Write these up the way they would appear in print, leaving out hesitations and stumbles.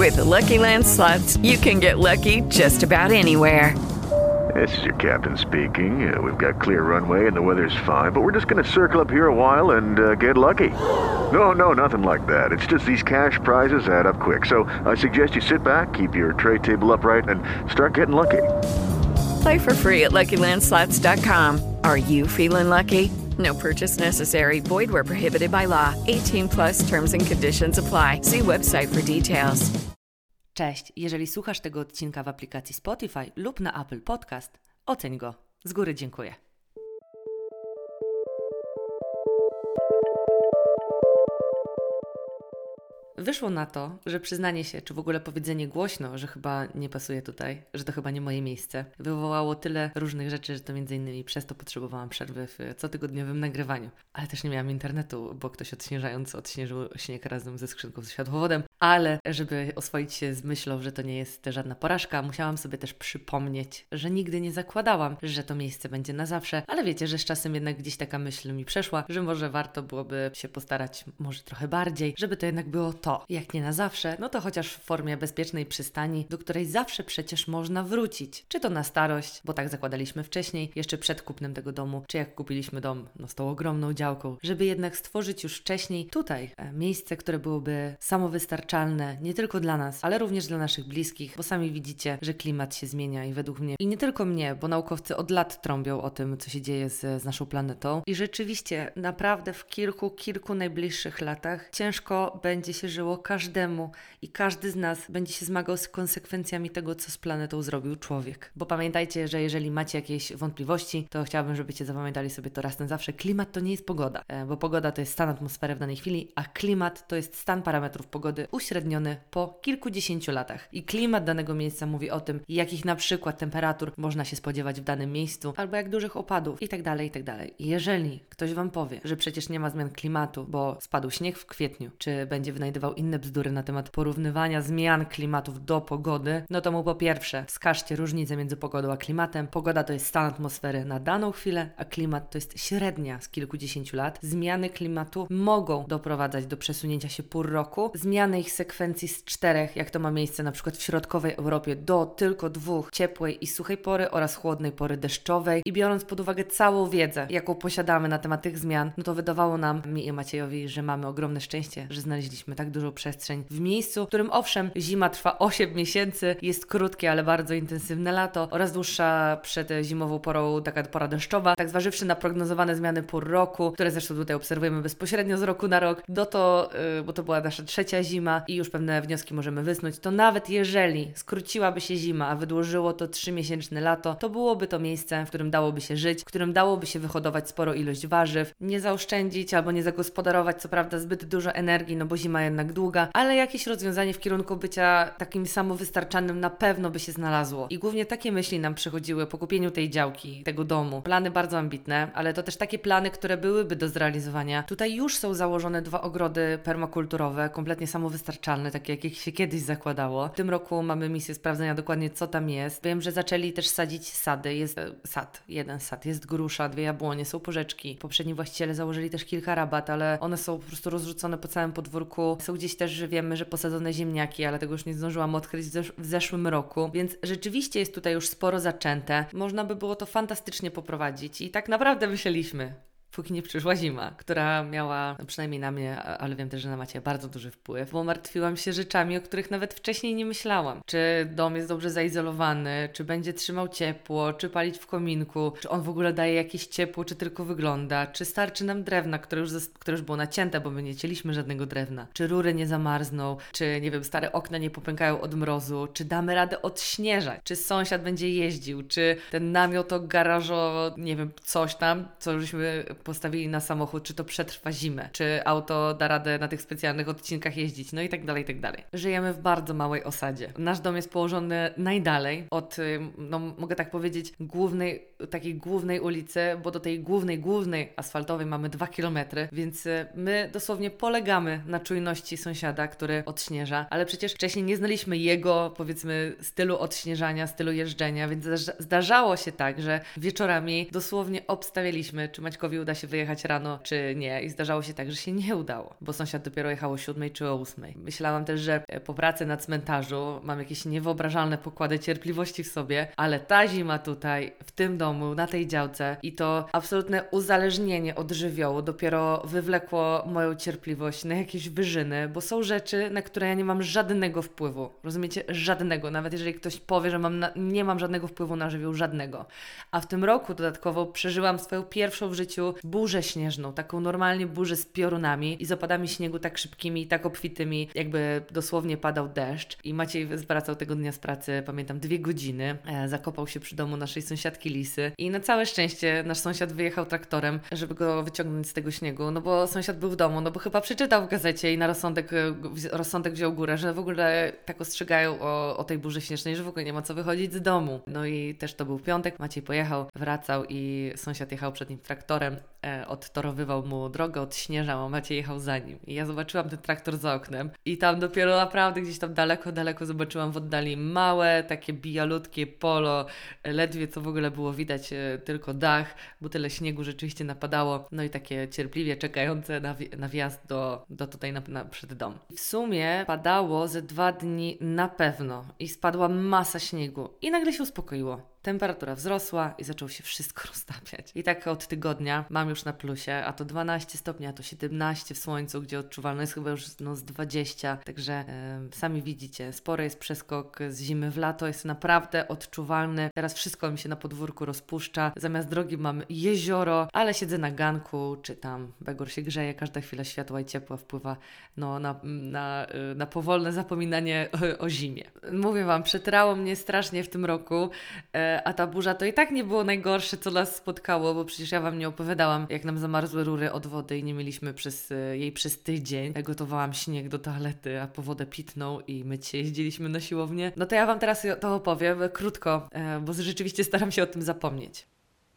With Lucky Land Slots, you can get lucky just about anywhere. This is your captain speaking. We've got clear runway and the weather's fine, but we're just going to circle up here a while and get lucky. No, nothing like that. It's just these cash prizes add up quick. So I suggest you sit back, keep your tray table upright, and start getting lucky. Play for free at LuckyLandSlots.com. Are you feeling lucky? No purchase necessary. Void where prohibited by law. 18 plus terms and conditions apply. See website for details. Cześć, jeżeli słuchasz tego odcinka w aplikacji Spotify lub na Apple Podcast, oceń go. Z góry dziękuję. Wyszło na to, że przyznanie się, czy w ogóle powiedzenie głośno, że chyba nie pasuje tutaj, że to chyba nie moje miejsce, wywołało tyle różnych rzeczy, że to między innymi przez to potrzebowałam przerwy w cotygodniowym nagrywaniu. Ale też nie miałam internetu, bo ktoś odśnieżając odśnieżył śnieg razem ze skrzynką z światłowodem. Ale żeby oswoić się z myślą, że to nie jest żadna porażka, musiałam sobie też przypomnieć, że nigdy nie zakładałam, że to miejsce będzie na zawsze. Ale wiecie, że z czasem jednak gdzieś taka myśl mi przeszła, że może warto byłoby się postarać może trochę bardziej, żeby to jednak było to. Jak nie na zawsze, no to chociaż w formie bezpiecznej przystani, do której zawsze przecież można wrócić. Czy to na starość, bo tak zakładaliśmy wcześniej, jeszcze przed kupnem tego domu, czy jak kupiliśmy dom, no z tą ogromną działką, żeby jednak stworzyć już wcześniej tutaj miejsce, które byłoby samowystarczalne, nie tylko dla nas, ale również dla naszych bliskich, bo sami widzicie, że klimat się zmienia i według mnie, i nie tylko mnie, bo naukowcy od lat trąbią o tym, co się dzieje z naszą planetą i rzeczywiście naprawdę w kilku najbliższych latach ciężko będzie się żyło każdemu i każdy z nas będzie się zmagał z konsekwencjami tego, co z planetą zrobił człowiek. Bo pamiętajcie, że jeżeli macie jakieś wątpliwości, to chciałabym, żebyście zapamiętali sobie to raz na zawsze. Klimat to nie jest pogoda, bo pogoda to jest stan atmosfery w danej chwili, a klimat to jest stan parametrów pogody uśredniony po kilkudziesięciu latach. I klimat danego miejsca mówi o tym, jakich na przykład temperatur można się spodziewać w danym miejscu, albo jak dużych opadów itd. I jeżeli ktoś Wam powie, że przecież nie ma zmian klimatu, bo spadł śnieg w kwietniu, czy będzie wynajdywał inne bzdury na temat porównywania zmian klimatów do pogody, no to mu po pierwsze wskażcie różnicę między pogodą a klimatem. Pogoda to jest stan atmosfery na daną chwilę, a klimat to jest średnia z kilkudziesięciu lat. Zmiany klimatu mogą doprowadzać do przesunięcia się pór roku, zmiany ich sekwencji z 4, jak to ma miejsce na przykład w środkowej Europie, do tylko 2 ciepłej i suchej pory oraz chłodnej pory deszczowej. I biorąc pod uwagę całą wiedzę, jaką posiadamy na temat tych zmian, no to wydawało nam, mi i Maciejowi, że mamy ogromne szczęście, że znaleźliśmy tak dużą przestrzeń w miejscu, w którym owszem, zima trwa 8 miesięcy, jest krótkie, ale bardzo intensywne lato oraz dłuższa przed zimową porą taka pora deszczowa. Tak zważywszy na prognozowane zmiany pór roku, które zresztą tutaj obserwujemy bezpośrednio z roku na rok, bo to była nasza 3. zima i już pewne wnioski możemy wysnuć, to nawet jeżeli skróciłaby się zima, a wydłużyło to 3-miesięczne lato, to byłoby to miejsce, w którym dałoby się żyć, w którym dałoby się wyhodować sporo ilość warzyw, nie zaoszczędzić albo nie zagospodarować co prawda zbyt dużo energii, no bo zima jednak długa, ale jakieś rozwiązanie w kierunku bycia takim samowystarczalnym na pewno by się znalazło. I głównie takie myśli nam przychodziły po kupieniu tej działki, tego domu. Plany bardzo ambitne, ale to też takie plany, które byłyby do zrealizowania. Tutaj już są założone 2 ogrody permakulturowe, kompletnie samowystarczalne, takie jakich się kiedyś zakładało. W tym roku mamy misję sprawdzenia dokładnie, co tam jest. Wiem, że zaczęli też sadzić sady. Jest jeden sad, jest grusza, 2 jabłonie, są porzeczki. Poprzedni właściciele założyli też kilka rabat, ale one są po prostu rozrzucone po całym podwórku. Są gdzieś też, że wiemy, że posadzone ziemniaki, ale tego już nie zdążyłam odkryć w zeszłym roku, więc rzeczywiście jest tutaj już sporo zaczęte. Można by było to fantastycznie poprowadzić i tak naprawdę myśleliśmy, póki nie przyszła zima, która miała, przynajmniej na mnie, ale wiem też, że na Macie, bardzo duży wpływ, bo martwiłam się rzeczami, o których nawet wcześniej nie myślałam. Czy dom jest dobrze zaizolowany, czy będzie trzymał ciepło, czy palić w kominku, czy on w ogóle daje jakieś ciepło, czy tylko wygląda, czy starczy nam drewna, które już było nacięte, bo my nie cięliśmy żadnego drewna, czy rury nie zamarzną, czy nie wiem, stare okna nie popękają od mrozu, czy damy radę odśnieżać, czy sąsiad będzie jeździł, czy ten namiot garażo, nie wiem, coś tam, co żeśmy postawili na samochód, czy to przetrwa zimę, czy auto da radę na tych specjalnych odcinkach jeździć, no i tak dalej, i tak dalej. Żyjemy w bardzo małej osadzie. Nasz dom jest położony najdalej od, no mogę tak powiedzieć, takiej głównej ulicy, bo do tej głównej asfaltowej mamy 2 kilometry, więc my dosłownie polegamy na czujności sąsiada, który odśnieża, ale przecież wcześniej nie znaliśmy jego, powiedzmy, stylu odśnieżania, stylu jeżdżenia, więc zdarzało się tak, że wieczorami dosłownie obstawialiśmy, czy Maćkowi uda się wyjechać rano, czy nie. I zdarzało się tak, że się nie udało, bo sąsiad dopiero jechał o 7 czy o 8. Myślałam też, że po pracy na cmentarzu mam jakieś niewyobrażalne pokłady cierpliwości w sobie, ale ta zima tutaj, w tym domu, na tej działce i to absolutne uzależnienie od żywiołu dopiero wywlekło moją cierpliwość na jakieś wyżyny, bo są rzeczy, na które ja nie mam żadnego wpływu. Rozumiecie? Żadnego. Nawet jeżeli ktoś powie, że nie mam żadnego wpływu na żywioł, żadnego. A w tym roku dodatkowo przeżyłam swoją pierwszą w życiu burzę śnieżną, taką normalnie burzę z piorunami i z opadami śniegu tak szybkimi i tak obfitymi, jakby dosłownie padał deszcz. I Maciej wracał tego dnia z pracy, pamiętam, 2 godziny. Zakopał się przy domu naszej sąsiadki Lisy i na całe szczęście nasz sąsiad wyjechał traktorem, żeby go wyciągnąć z tego śniegu, no bo sąsiad był w domu, no bo chyba przeczytał w gazecie i na rozsądek wziął górę, że w ogóle tak ostrzegają o tej burzy śnieżnej, że w ogóle nie ma co wychodzić z domu. No i też to był piątek, Maciej pojechał, wracał i sąsiad jechał przed nim traktorem, odtorowywał mu drogę, odśnieżał, a Maciej jechał za nim. I ja zobaczyłam ten traktor za oknem i tam dopiero naprawdę gdzieś tam daleko zobaczyłam w oddali małe, takie bijalutkie polo, ledwie co w ogóle było widać, tylko dach, bo tyle śniegu rzeczywiście napadało, no i takie cierpliwie czekające na wjazd do tutaj przed dom. W sumie padało ze 2 dni na pewno i spadła masa śniegu i nagle się uspokoiło. Temperatura wzrosła i zaczęło się wszystko roztapiać. I tak od tygodnia mam już na plusie, a to 12 stopni, a to 17 w słońcu, gdzie odczuwalne jest chyba już z 20. Także sami widzicie, spory jest przeskok z zimy w lato, jest naprawdę odczuwalny. Teraz wszystko mi się na podwórku rozpuszcza. Zamiast drogi mam jezioro, ale siedzę na ganku, czytam. Begor się grzeje, każda chwila światła i ciepła wpływa na powolne zapominanie o zimie. Mówię Wam, przetrało mnie strasznie w tym roku, a ta burza to i tak nie było najgorsze, co nas spotkało, bo przecież ja Wam nie opowiadałam, jak nam zamarzły rury od wody i nie mieliśmy jej przez tydzień. Ja gotowałam śnieg do toalety, a po wodę pitną i myć się jeździliśmy na siłownię. No to ja Wam teraz to opowiem krótko, bo rzeczywiście staram się o tym zapomnieć.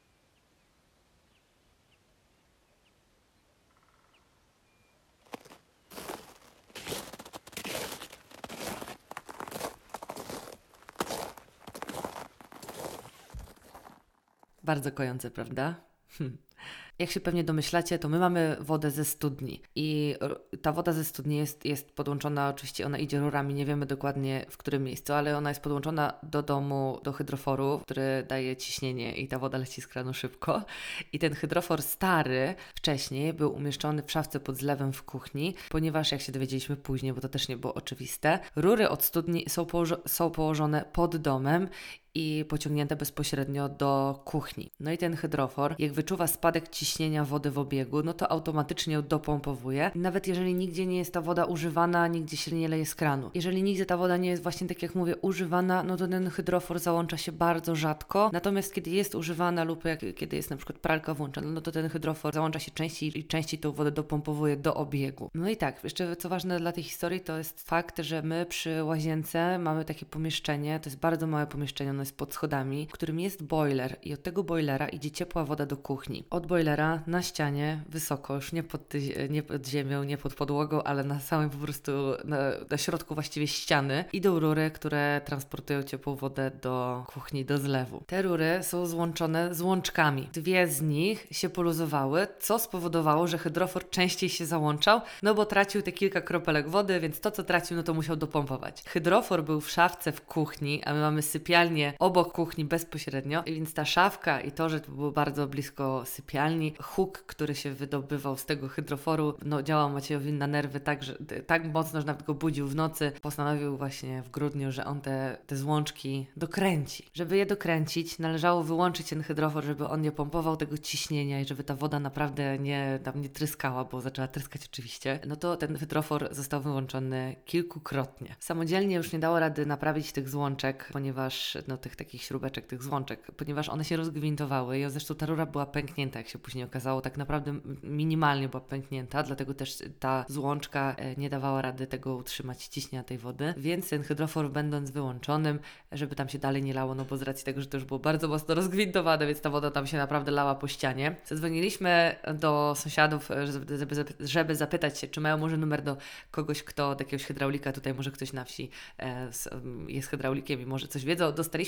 Bardzo kojące, prawda? Jak się pewnie domyślacie, to my mamy wodę ze studni i ta woda ze studni jest podłączona, oczywiście ona idzie rurami, nie wiemy dokładnie w którym miejscu, ale ona jest podłączona do domu, do hydroforu, który daje ciśnienie i ta woda leci z kranu szybko. I ten hydrofor stary wcześniej był umieszczony w szafce pod zlewem w kuchni, ponieważ jak się dowiedzieliśmy później, bo to też nie było oczywiste, rury od studni są położone pod domem i pociągnięte bezpośrednio do kuchni. No i ten hydrofor, jak wyczuwa spadek ciśnienia wody w obiegu, no to automacznie ją dopompowuje. Nawet jeżeli nigdzie nie jest ta woda używana, nigdzie się nie leje z kranu. Jeżeli nigdzie ta woda nie jest właśnie, tak jak mówię, używana, no to ten hydrofor załącza się bardzo rzadko. Natomiast kiedy jest używana lub kiedy jest na przykład pralka włączona, no to ten hydrofor załącza się częściej i częściej tą wodę dopompowuje do obiegu. No i tak, jeszcze co ważne dla tej historii, to jest fakt, że my przy łazience mamy takie pomieszczenie, to jest bardzo małe pomieszczenie, ono jest pod schodami, w którym jest boiler i od tego boilera idzie ciepła woda do kuchni. Od boilera na ścianie, wysoko, już nie pod ziemią, nie pod podłogą, ale na samym po prostu, na środku właściwie ściany, idą rury, które transportują ciepłą wodę do kuchni, do zlewu. Te rury są złączone z łączkami. 2 z nich się poluzowały, co spowodowało, że hydrofor częściej się załączał, no bo tracił te kilka kropelek wody, więc to, co tracił, no to musiał dopompować. Hydrofor był w szafce w kuchni, a my mamy sypialnię obok kuchni bezpośrednio, więc ta szafka i to, że to było bardzo blisko sypialni, huk, który się wydobywał z tego hydroforu, no działał Maciejowi na nerwy tak mocno, że nawet go budził w nocy. Postanowił właśnie w grudniu, że on te złączki dokręci. Żeby je dokręcić, należało wyłączyć ten hydrofor, żeby on nie pompował tego ciśnienia i żeby ta woda naprawdę nie tryskała, bo zaczęła tryskać oczywiście. No to ten hydrofor został wyłączony kilkukrotnie. Samodzielnie już nie dało rady naprawić tych złączek, ponieważ tych takich śrubeczek, tych złączek, ponieważ one się rozgwintowały i zresztą ta rura była pęknięta, jak się później okazało, tak naprawdę minimalnie była pęknięta, dlatego też ta złączka nie dawała rady tego utrzymać ciśnienia tej wody, więc ten hydrofor, będąc wyłączonym, żeby tam się dalej nie lało, no bo z racji tego, że to już było bardzo mocno rozgwintowane, więc ta woda tam się naprawdę lała po ścianie. Zadzwoniliśmy do sąsiadów, żeby zapytać się, czy mają może numer do kogoś, do jakiegoś hydraulika, tutaj może ktoś na wsi jest hydraulikiem i może coś wiedzą. Dostaliśmy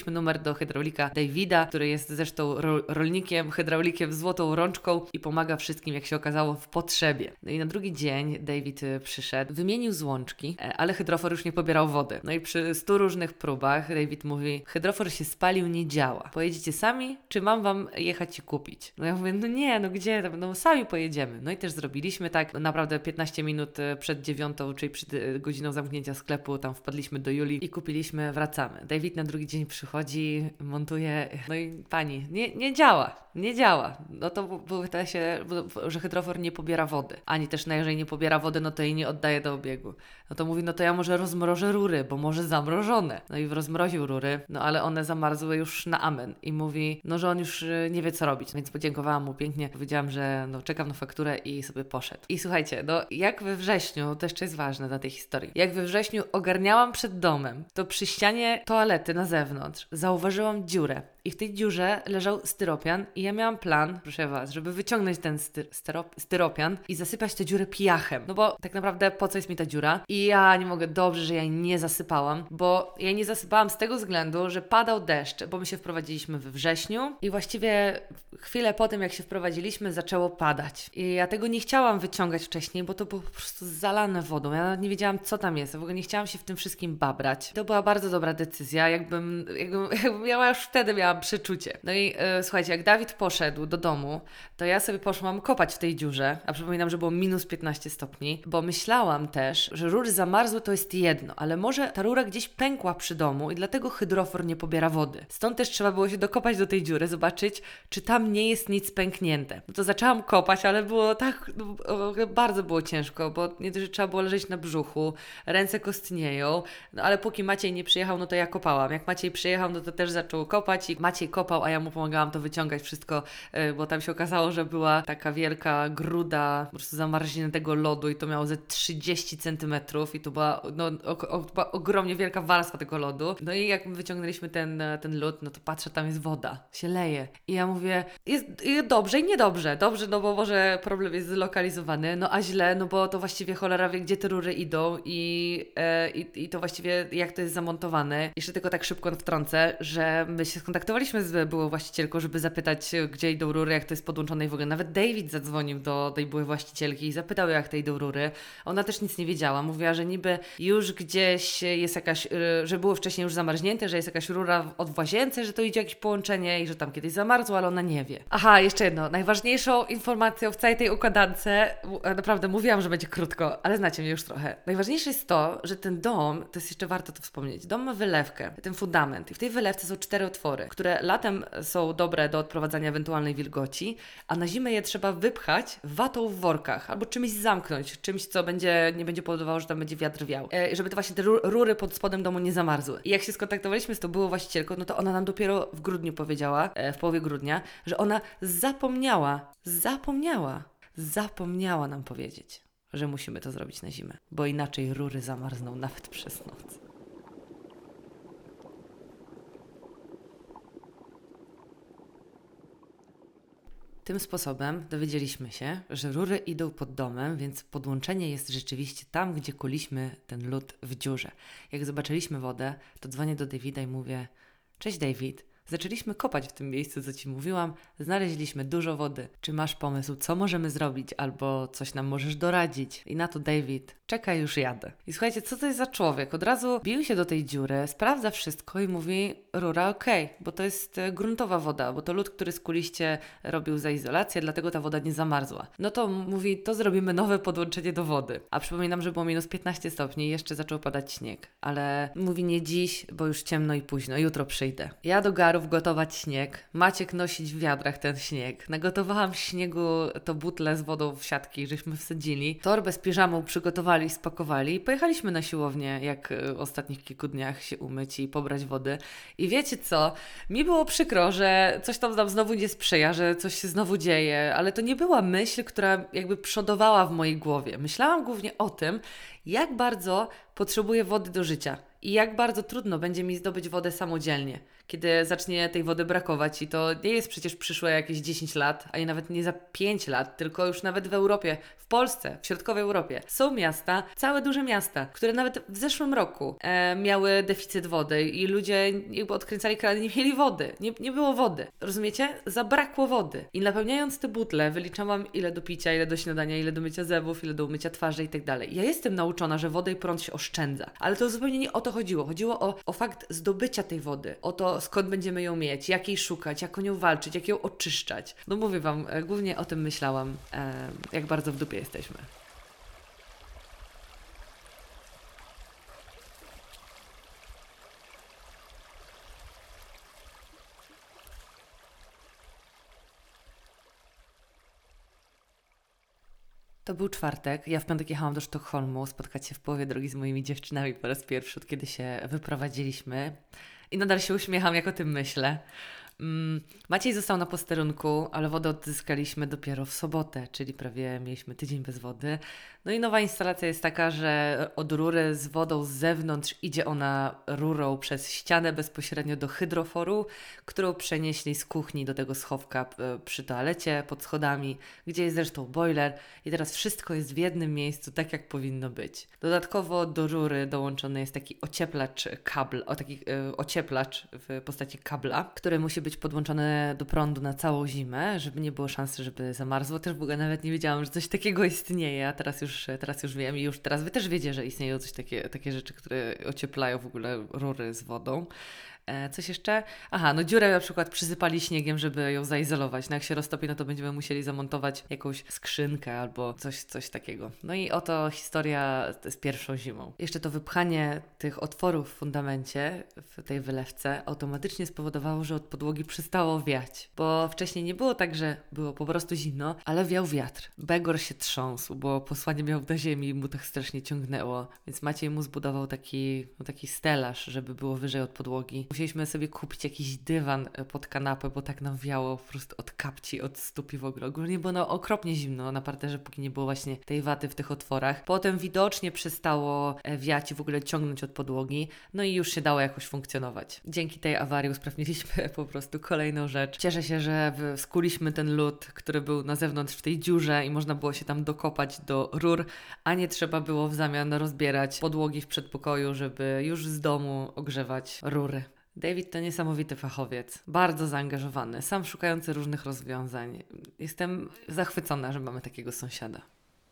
podaliśmy numer do hydraulika Davida, który jest zresztą rolnikiem, hydraulikiem z złotą rączką i pomaga wszystkim, jak się okazało, w potrzebie. No i na drugi dzień David przyszedł, wymienił złączki, ale hydrofor już nie pobierał wody. No i przy 100 różnych próbach David mówi, hydrofor się spalił, nie działa. Pojedziecie sami, czy mam wam jechać i kupić? No ja mówię, no nie, no gdzie, no sami pojedziemy. No i też zrobiliśmy tak, no naprawdę 15 minut przed 9, czyli przed godziną zamknięcia sklepu, tam wpadliśmy do Julii i kupiliśmy, wracamy. David na drugi dzień przychodzi, montuje, no i pani, nie działa. No to pyta się, że hydrofor nie pobiera wody. Ani też, no jeżeli nie pobiera wody, no to jej nie oddaje do obiegu. No to mówi, no to ja może rozmrożę rury, bo może zamrożone. No i rozmroził rury, no ale one zamarzły już na amen. I mówi, no że on już nie wie co robić. Więc podziękowałam mu pięknie, powiedziałam, że no czekam na fakturę i sobie poszedł. I słuchajcie, no jak we wrześniu, to jeszcze jest ważne dla tej historii, jak we wrześniu ogarniałam przed domem, to przy ścianie toalety na zewnątrz zauważyłam dziurę. I w tej dziurze leżał styropian i ja miałam plan, proszę Was, żeby wyciągnąć ten styropian i zasypać tę dziurę piachem. No bo tak naprawdę po co jest mi ta dziura? I ja nie mogę, dobrze, że ja jej nie zasypałam, bo ja jej nie zasypałam z tego względu, że padał deszcz, bo my się wprowadziliśmy we wrześniu i właściwie chwilę po tym, jak się wprowadziliśmy, zaczęło padać. I ja tego nie chciałam wyciągać wcześniej, bo to było po prostu zalane wodą. Ja nawet nie wiedziałam, co tam jest. W ogóle nie chciałam się w tym wszystkim babrać. To była bardzo dobra decyzja, jakbym miała już wtedy miałam przeczucie. No i słuchajcie, jak Dawid poszedł do domu, to ja sobie poszłam kopać w tej dziurze, a przypominam, że było minus 15 stopni, bo myślałam też, że rury zamarzły to jest jedno, ale może ta rura gdzieś pękła przy domu i dlatego hydrofor nie pobiera wody. Stąd też trzeba było się dokopać do tej dziury, zobaczyć, czy tam nie jest nic pęknięte. No to zaczęłam kopać, ale było tak, bardzo było ciężko, bo nie dość, że trzeba było leżeć na brzuchu, ręce kostnieją, no ale póki Maciej nie przyjechał, no to ja kopałam. Jak Maciej przyjechał, no to też zaczął kopać i Maciej kopał, a ja mu pomagałam to wyciągać wszystko, bo tam się okazało, że była taka wielka gruda po prostu zamarzniętego lodu i to miało ze 30 centymetrów i to była, była ogromnie wielka warstwa tego lodu. No i jak wyciągnęliśmy ten lód, no to patrzę, tam jest woda, się leje. I ja mówię, jest dobrze i niedobrze. Dobrze, no bo może problem jest zlokalizowany, no a źle, no bo to właściwie cholera wie, gdzie te rury idą i to właściwie jak to jest zamontowane. Jeszcze tylko tak szybko wtrącę, że my się skontaktowaliśmy z byłą właścicielką, żeby zapytać, gdzie idą rury, jak to jest podłączone i w ogóle. Nawet David zadzwonił do tej byłej właścicielki i zapytał, jak to idą rury. Ona też nic nie wiedziała. Mówiła, że niby już gdzieś jest jakaś, że było wcześniej już zamarznięte, że jest jakaś rura w łazience, że to idzie jakieś połączenie i że tam kiedyś zamarzło, ale ona nie wie. Aha, jeszcze jedno. Najważniejszą informacją w całej tej układance, naprawdę mówiłam, że będzie krótko, ale znacie mnie już trochę. Najważniejsze jest to, że ten dom, to jest jeszcze warto to wspomnieć, dom ma wylewkę, ten fundament i w tej wylewce są 4 otwory, które latem są dobre do odprowadzania ewentualnej wilgoci, a na zimę je trzeba wypchać watą w workach albo czymś zamknąć, czymś, co nie będzie powodowało, że tam będzie wiatr wiał, żeby to właśnie te rury pod spodem domu nie zamarzły. I jak się skontaktowaliśmy z tą byłą właścicielką, no to ona nam dopiero w grudniu powiedziała, w połowie grudnia, że ona zapomniała nam powiedzieć, że musimy to zrobić na zimę, bo inaczej rury zamarzną nawet przez noc. Tym sposobem dowiedzieliśmy się, że rury idą pod domem, więc podłączenie jest rzeczywiście tam, gdzie kuliśmy ten lód w dziurze. Jak zobaczyliśmy wodę, to dzwonię do Davida i mówię: cześć David, zaczęliśmy kopać w tym miejscu, co Ci mówiłam, znaleźliśmy dużo wody. Czy masz pomysł, co możemy zrobić, albo coś nam możesz doradzić? I na to David: czekaj, już jadę. I słuchajcie, co to jest za człowiek? Od razu bił się do tej dziury, sprawdza wszystko i mówi: rura okej, bo to jest gruntowa woda, bo to lód, który skuliście, robił za izolację, dlatego ta woda nie zamarzła. No to mówi: to zrobimy nowe podłączenie do wody. A przypominam, że było minus 15 stopni i jeszcze zaczął padać śnieg. Ale mówi: nie dziś, bo już ciemno i późno, jutro przyjdę. Ja do garów gotować śnieg, Maciek nosić w wiadrach ten śnieg. Nagotowałam śniegu to butle z wodą w siatki, żeśmy wsadzili. Torbę z piżamą przygotowali, spakowali i pojechaliśmy na siłownię, jak w ostatnich kilku dniach się umyć i pobrać wody. I wiecie co? Mi było przykro, że coś tam nam znowu nie sprzyja, że coś się znowu dzieje, ale to nie była myśl, która jakby przodowała w mojej głowie. Myślałam głównie o tym, jak bardzo potrzebuję wody do życia. i jak bardzo trudno będzie mi zdobyć wodę samodzielnie, kiedy zacznie tej wody brakować i to nie jest przecież przyszłe jakieś 10 lat, a nie nawet nie za 5 lat, tylko już nawet w Europie, w Polsce, w środkowej Europie. Są miasta, całe duże miasta, które nawet w zeszłym roku miały deficyt wody i ludzie jakby odkręcali krany, nie mieli wody, nie było wody. Rozumiecie? Zabrakło wody. I napełniając te butle, wyliczałam ile do picia, ile do śniadania, ile do mycia zębów, ile do umycia twarzy i tak dalej. Ja jestem nauczona, że wodę i prąd się oszczędza, ale to zupełnie nie o to chodziło. Chodziło o fakt zdobycia tej wody, o to skąd będziemy ją mieć, jak jej szukać, jak o nią walczyć, jak ją oczyszczać. No mówię Wam, głównie o tym myślałam, jak bardzo w dupie jesteśmy. To był czwartek. Ja w piątek jechałam do Sztokholmu spotkać się w połowie drogi z moimi dziewczynami po raz pierwszy, od kiedy się wyprowadziliśmy. I nadal się uśmiecham, jak o tym myślę. Maciej został na posterunku, ale wodę odzyskaliśmy dopiero w sobotę, czyli prawie mieliśmy tydzień bez wody. No i nowa instalacja jest taka, że od rury z wodą z zewnątrz idzie ona rurą przez ścianę bezpośrednio do hydroforu, którą przenieśli z kuchni do tego schowka przy toalecie, pod schodami, gdzie jest zresztą boiler i teraz wszystko jest w jednym miejscu, tak jak powinno być. Dodatkowo do rury dołączony jest taki ocieplacz ocieplacz w postaci kabla, który musi być podłączony do prądu na całą zimę, żeby nie było szansy, żeby zamarzło. Też w ogóle nawet nie wiedziałam, że coś takiego istnieje, a teraz już wiem i już teraz Wy też wiecie, że istnieją takie rzeczy, które ocieplają w ogóle rury z wodą. Coś jeszcze? Aha, no dziurę na przykład przysypali śniegiem, żeby ją zaizolować. No jak się roztopi, no to będziemy musieli zamontować jakąś skrzynkę albo coś takiego. No i oto historia z pierwszą zimą. Jeszcze to wypchanie tych otworów w fundamencie, w tej wylewce, automatycznie spowodowało, że od podłogi przestało wiać. Bo wcześniej nie było tak, że było po prostu zimno, ale wiał wiatr. Begor się trząsł, bo posłanie miał do ziemi i mu tak strasznie ciągnęło. Więc Maciej mu zbudował taki stelaż, żeby było wyżej od podłogi. Musieliśmy sobie kupić jakiś dywan pod kanapę, bo tak nam wiało po prostu od kapci, od stóp i w ogóle. Ogólnie było okropnie zimno na parterze, póki nie było właśnie tej waty w tych otworach. Potem widocznie przestało wiać i w ogóle ciągnąć od podłogi, no i już się dało jakoś funkcjonować. Dzięki tej awarii usprawniliśmy po prostu kolejną rzecz. Cieszę się, że skuliśmy ten lód, który był na zewnątrz w tej dziurze i można było się tam dokopać do rur, a nie trzeba było w zamian rozbierać podłogi w przedpokoju, żeby już z domu ogrzewać rury. David to niesamowity fachowiec, bardzo zaangażowany, sam szukający różnych rozwiązań. Jestem zachwycona, że mamy takiego sąsiada.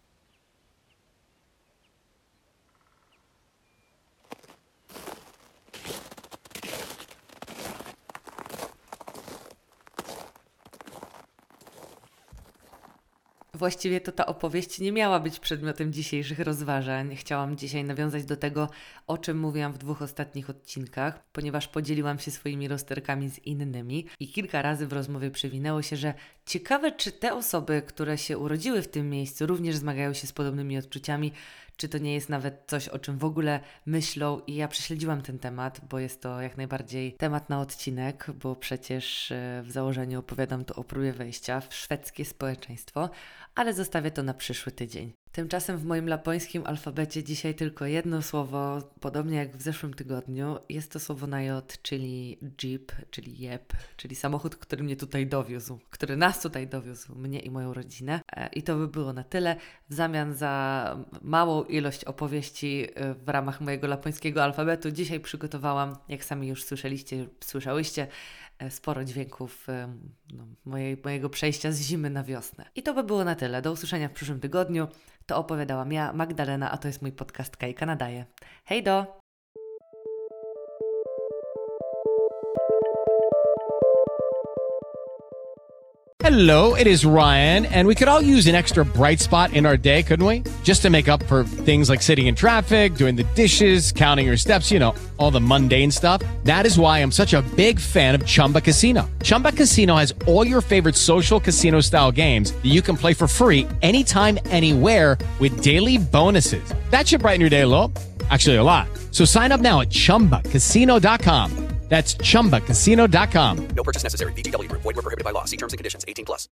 Właściwie to ta opowieść nie miała być przedmiotem dzisiejszych rozważań. Chciałam dzisiaj nawiązać do tego, o czym mówiłam w 2 ostatnich odcinkach, ponieważ podzieliłam się swoimi rozterkami z innymi i kilka razy w rozmowie przewinęło się, że ciekawe, czy te osoby, które się urodziły w tym miejscu, również zmagają się z podobnymi odczuciami, czy to nie jest nawet coś, o czym w ogóle myślą. I ja prześledziłam ten temat, bo jest to jak najbardziej temat na odcinek, bo przecież w założeniu opowiadam tu o próbie wejścia w szwedzkie społeczeństwo, ale zostawię to na przyszły tydzień. Tymczasem w moim lapońskim alfabecie dzisiaj tylko jedno słowo, podobnie jak w zeszłym tygodniu. Jest to słowo na J, czyli jeep, czyli jep, czyli samochód, który mnie tutaj dowiózł, który nas tutaj dowiózł, mnie i moją rodzinę. I to by było na tyle. W zamian za małą ilość opowieści w ramach mojego lapońskiego alfabetu dzisiaj przygotowałam, jak sami już słyszałyście, sporo dźwięków mojego przejścia z zimy na wiosnę. I to by było na tyle. Do usłyszenia w przyszłym tygodniu. To opowiadałam ja, Magdalena, a to jest mój podcast Kajka Nadaje. Hej do! Hello, it is Ryan, and we could all use an extra bright spot in our day, couldn't we? Just to make up for things like sitting in traffic, doing the dishes, counting your steps, all the mundane stuff. That is why I'm such a big fan of Chumba Casino. Chumba Casino has all your favorite social casino-style games that you can play for free anytime, anywhere with daily bonuses. That should brighten your day a little. Actually, a lot. So sign up now at ChumbaCasino.com. That's ChumbaCasino.com. No purchase necessary. VGW Group. Void where prohibited by law. See terms and conditions. 18+.